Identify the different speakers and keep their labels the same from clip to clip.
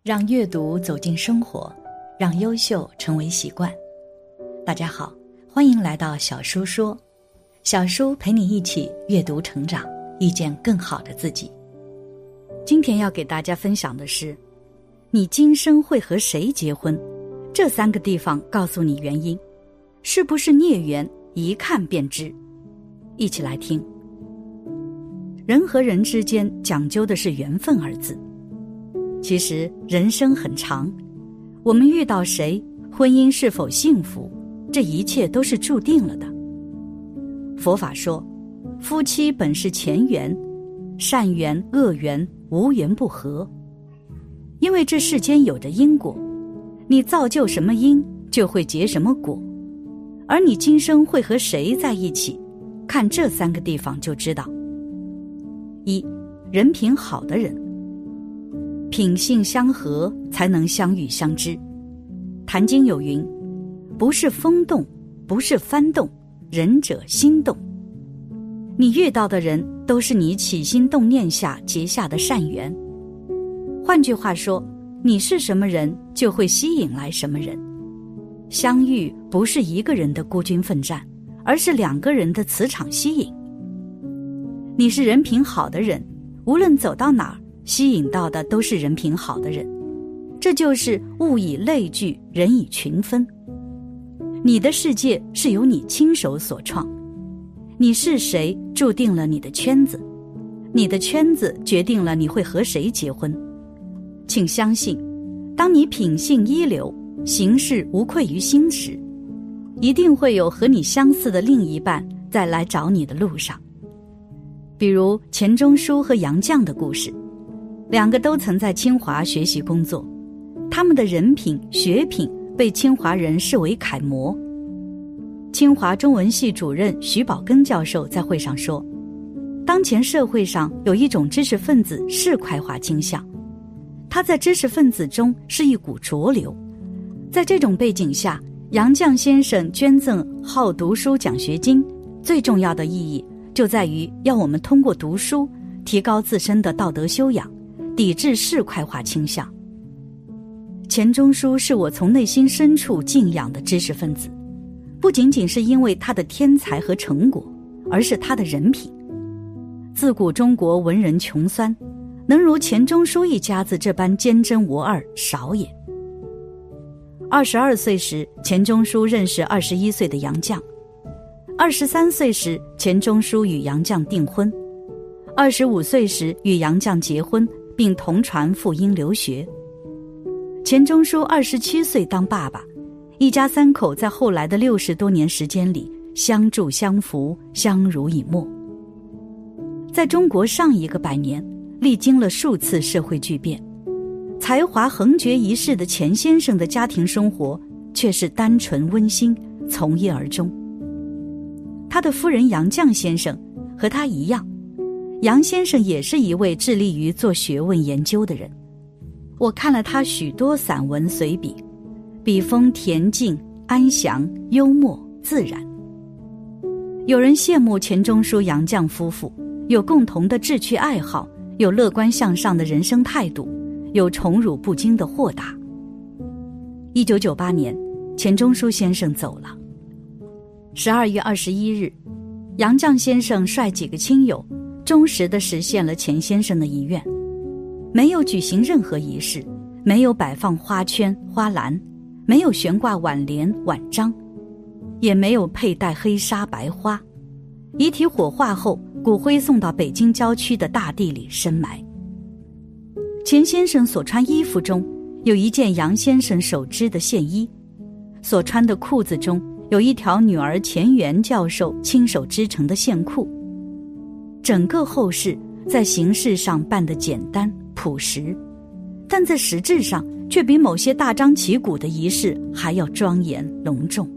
Speaker 1: 让阅读走进生活，让优秀成为习惯。大家好，欢迎来到小叔说，小叔陪你一起阅读成长，遇见更好的自己。今天要给大家分享的是，你今生会和谁结婚？这3个地方告诉你原因，是不是孽缘，一看便知。一起来听。人和人之间讲究的是缘分二字。其实人生很长，我们遇到谁，婚姻是否幸福，这一切都是注定了的。佛法说，夫妻本是前缘，善缘恶缘无缘不合。因为这世间有着因果，你造就什么因，就会结什么果。而你今生会和谁在一起，看这3个地方就知道。一，人品好的人。品性相合，才能相遇相知。坛经有云，不是风动，不是幡动，仁者心动。你遇到的人都是你起心动念下结下的善缘。换句话说，你是什么人，就会吸引来什么人。相遇不是一个人的孤军奋战，而是2个人的磁场吸引。你是人品好的人，无论走到哪儿，吸引到的都是人品好的人。这就是物以类聚，人以群分。你的世界是由你亲手所创，你是谁注定了你的圈子，你的圈子决定了你会和谁结婚。请相信，当你品性一流，行事无愧于心时，一定会有和你相似的另一半在来找你的路上。比如钱钟书和杨绛的故事，2个都曾在清华学习工作，他们的人品学品被清华人视为楷模。清华中文系主任徐宝根教授在会上说，当前社会上有一种知识分子市侩化倾向，他在知识分子中是一股浊流。在这种背景下，杨绛先生捐赠好读书奖学金，最重要的意义就在于要我们通过读书提高自身的道德修养，抵制市侩化倾向。钱钟书是我从内心深处敬仰的知识分子，不仅仅是因为他的天才和成果，而是他的人品。自古中国文人穷酸，能如钱钟书一家子这般坚贞无二，少也。22岁时，钱钟书认识21岁的杨绛。23岁时，钱钟书与杨绛订婚。25岁时与杨绛结婚，并同传赴英留学。钱钟书27岁当爸爸，一家3口在后来的60多年时间里相助相扶，相濡以沫。在中国上一个100年，历经了数次社会巨变，才华横绝一世的钱先生的家庭生活却是单纯温馨，从一而终。他的夫人杨绛先生和他一样，杨先生也是一位致力于做学问研究的人。我看了他许多散文随笔，笔锋恬静、安详、幽默、自然。有人羡慕钱钟书杨绛夫妇，有共同的志趣爱好，有乐观向上的人生态度，有宠辱不惊的豁达。1998年，钱钟书先生走了。12月21日，杨绛先生率几个亲友忠实地实现了钱先生的遗愿，没有举行任何仪式，没有摆放花圈花篮，没有悬挂挽联挽章，也没有佩戴黑纱白花。遗体火化后，骨灰送到北京郊区的大地里深埋。钱先生所穿衣服中有一件杨先生手织的线衣，所穿的裤子中有一条女儿钱媛教授亲手织成的线裤。整个后事在形式上办得简单朴实，但在实质上却比某些大张旗鼓的仪式还要庄严隆重。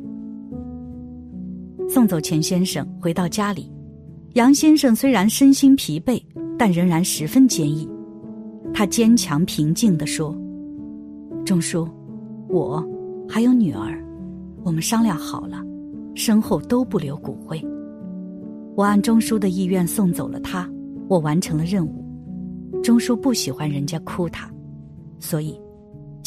Speaker 1: 送走钱先生回到家里，杨先生虽然身心疲惫，但仍然十分坚毅。他坚强平静地说，钟书，我还有女儿，我们商量好了，身后都不留骨灰。我按钟书的意愿送走了他，我完成了任务。钟书不喜欢人家哭他，所以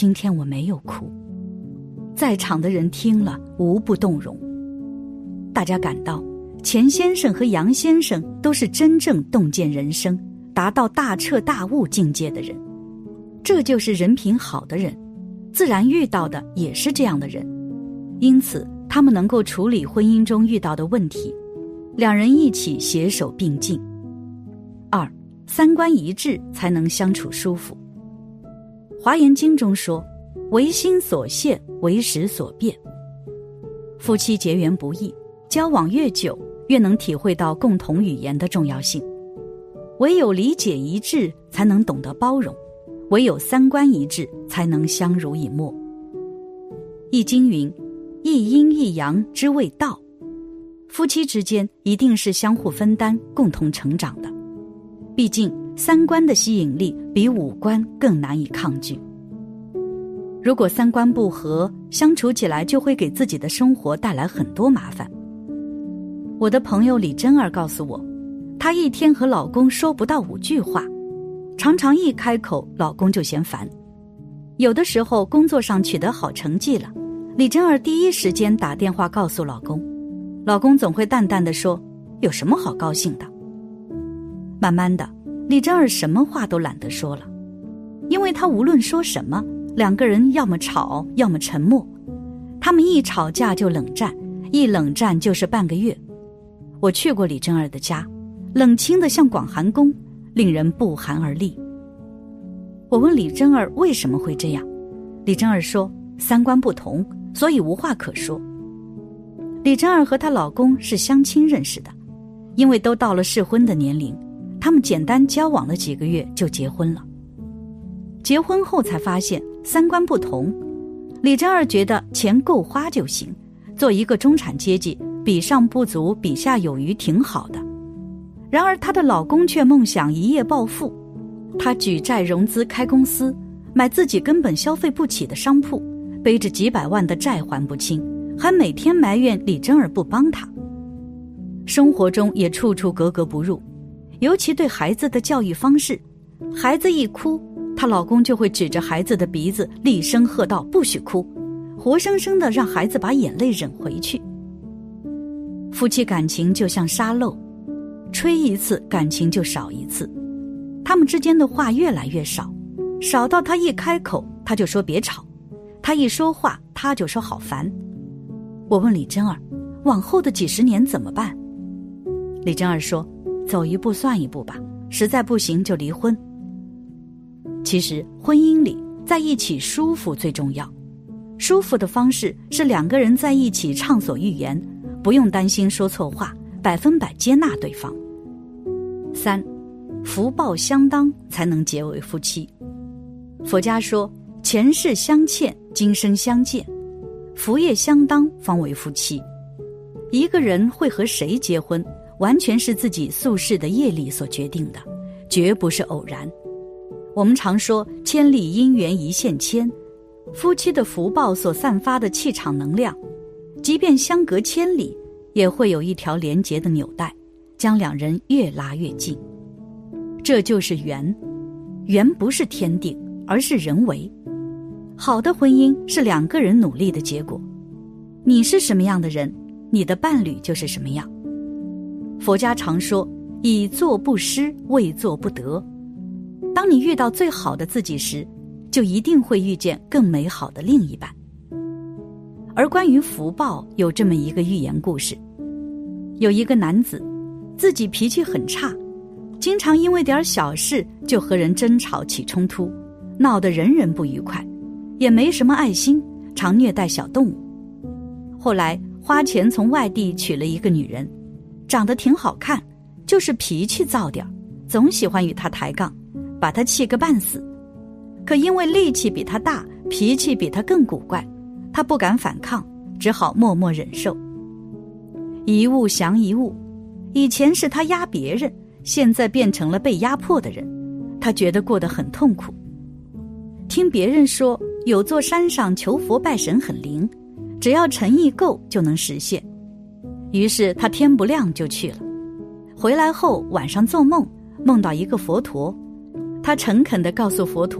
Speaker 1: 今天我没有哭。在场的人听了无不动容。大家感到钱先生和杨先生都是真正洞见人生，达到大彻大悟境界的人。这就是人品好的人，自然遇到的也是这样的人，因此他们能够处理婚姻中遇到的问题，两人一起携手并进。2. 三观一致才能相处舒服。华严经中说，唯心所现，唯识所变。夫妻结缘不易，交往越久，越能体会到共同语言的重要性。唯有理解一致，才能懂得包容；唯有三观一致，才能相濡以沫。易经云：一阴一阳之谓道。夫妻之间一定是相互分担，共同成长的。毕竟三观的吸引力比五官更难以抗拒。如果三观不合，相处起来就会给自己的生活带来很多麻烦。我的朋友李珍儿告诉我，她一天和老公说不到5句话，常常一开口老公就嫌烦。有的时候工作上取得好成绩了，李珍儿第一时间打电话告诉老公，老公总会淡淡地说，有什么好高兴的。慢慢的，李珍儿什么话都懒得说了，因为她无论说什么，两个人要么吵，要么沉默。他们一吵架就冷战，一冷战就是半个月。我去过李珍儿的家，冷清的像广寒宫，令人不寒而栗。我问李珍儿为什么会这样，李珍儿说，三观不同，所以无话可说。李珍儿和她老公是相亲认识的，因为都到了适婚的年龄，他们简单交往了几个月就结婚了。结婚后才发现三观不同，李珍儿觉得钱够花就行，做一个中产阶级，比上不足，比下有余，挺好的。然而她的老公却梦想一夜暴富，他举债融资开公司，买自己根本消费不起的商铺，背着几百万的债还不清，还每天埋怨李珍儿不帮他。生活中也处处格格不入，尤其对孩子的教育方式，孩子一哭，她老公就会指着孩子的鼻子厉声喝道，不许哭，活生生的让孩子把眼泪忍回去。夫妻感情就像沙漏，吹一次感情就少一次。他们之间的话越来越少，少到他一开口他就说别吵，他一说话他就说好烦。我问李珍儿，往后的几十年怎么办？李珍儿说，走一步算一步吧，实在不行就离婚。其实婚姻里在一起舒服最重要，舒服的方式是两个人在一起畅所欲言，不用担心说错话，100%接纳对方。3. 福报相当才能结为夫妻。佛家说，前世相欠，今生相见，福业相当方为夫妻。一个人会和谁结婚，完全是自己宿世的业力所决定的，绝不是偶然。我们常说千里姻缘一线牵，夫妻的福报所散发的气场能量，即便相隔千里，也会有一条连结的纽带，将两人越拉越近。这就是缘，缘不是天定，而是人为。好的婚姻是两个人努力的结果，你是什么样的人，你的伴侣就是什么样。佛家常说，以作不失，未作不得。当你遇到最好的自己时，就一定会遇见更美好的另一半。而关于福报，有这么一个寓言故事。有一个男子，自己脾气很差，经常因为点小事就和人争吵起冲突，闹得人人不愉快，也没什么爱心，常虐待小动物。后来花钱从外地娶了一个女人，长得挺好看，就是脾气躁点，总喜欢与他抬杠，把他气个半死。可因为力气比他大，脾气比他更古怪，他不敢反抗，只好默默忍受。一物降一物，以前是他压别人，现在变成了被压迫的人，他觉得过得很痛苦。听别人说有座山上求佛拜神很灵，只要诚意够就能实现，于是他天不亮就去了。回来后晚上做梦，梦到一个佛陀，他诚恳地告诉佛陀，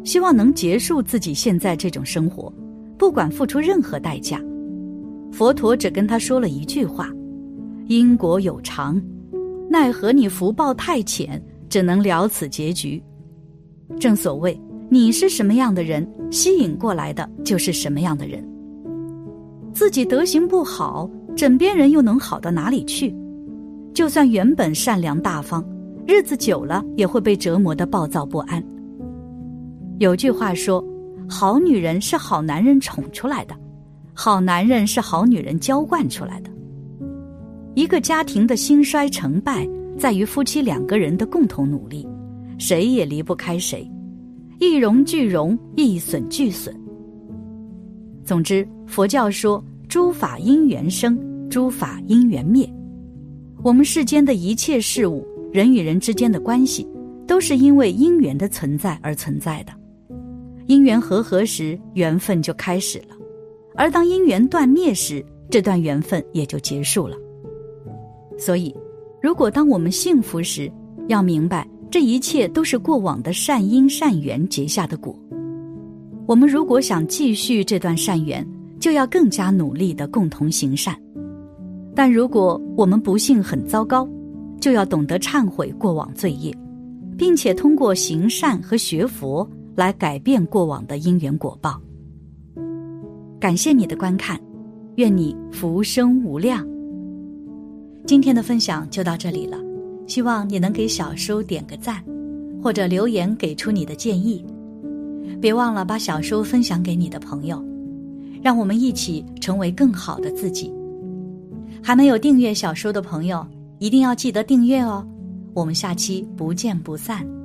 Speaker 1: 希望能结束自己现在这种生活，不管付出任何代价。佛陀只跟他说了一句话：因果有常，奈何你福报太浅，只能了此结局。正所谓，你是什么样的人，吸引过来的就是什么样的人。自己德行不好，枕边人又能好到哪里去？就算原本善良大方，日子久了也会被折磨得暴躁不安。有句话说，好女人是好男人宠出来的，好男人是好女人娇惯出来的。一个家庭的兴衰成败，在于夫妻两个人的共同努力，谁也离不开谁，一荣俱荣，一损俱损。总之，佛教说诸法因缘生，诸法因缘灭。我们世间的一切事物，人与人之间的关系，都是因为因缘的存在而存在的。因缘和合时，缘分就开始了，而当因缘断灭时，这段缘分也就结束了。所以，如果当我们幸福时，要明白这一切都是过往的善因善缘结下的果。我们如果想继续这段善缘，就要更加努力地共同行善。但如果我们不幸很糟糕，就要懂得忏悔过往罪业，并且通过行善和学佛来改变过往的因缘果报。感谢你的观看，愿你福生无量。今天的分享就到这里了，希望你能给小叔点个赞，或者留言给出你的建议。别忘了把小叔分享给你的朋友，让我们一起成为更好的自己。还没有订阅小叔的朋友，一定要记得订阅哦。我们下期不见不散。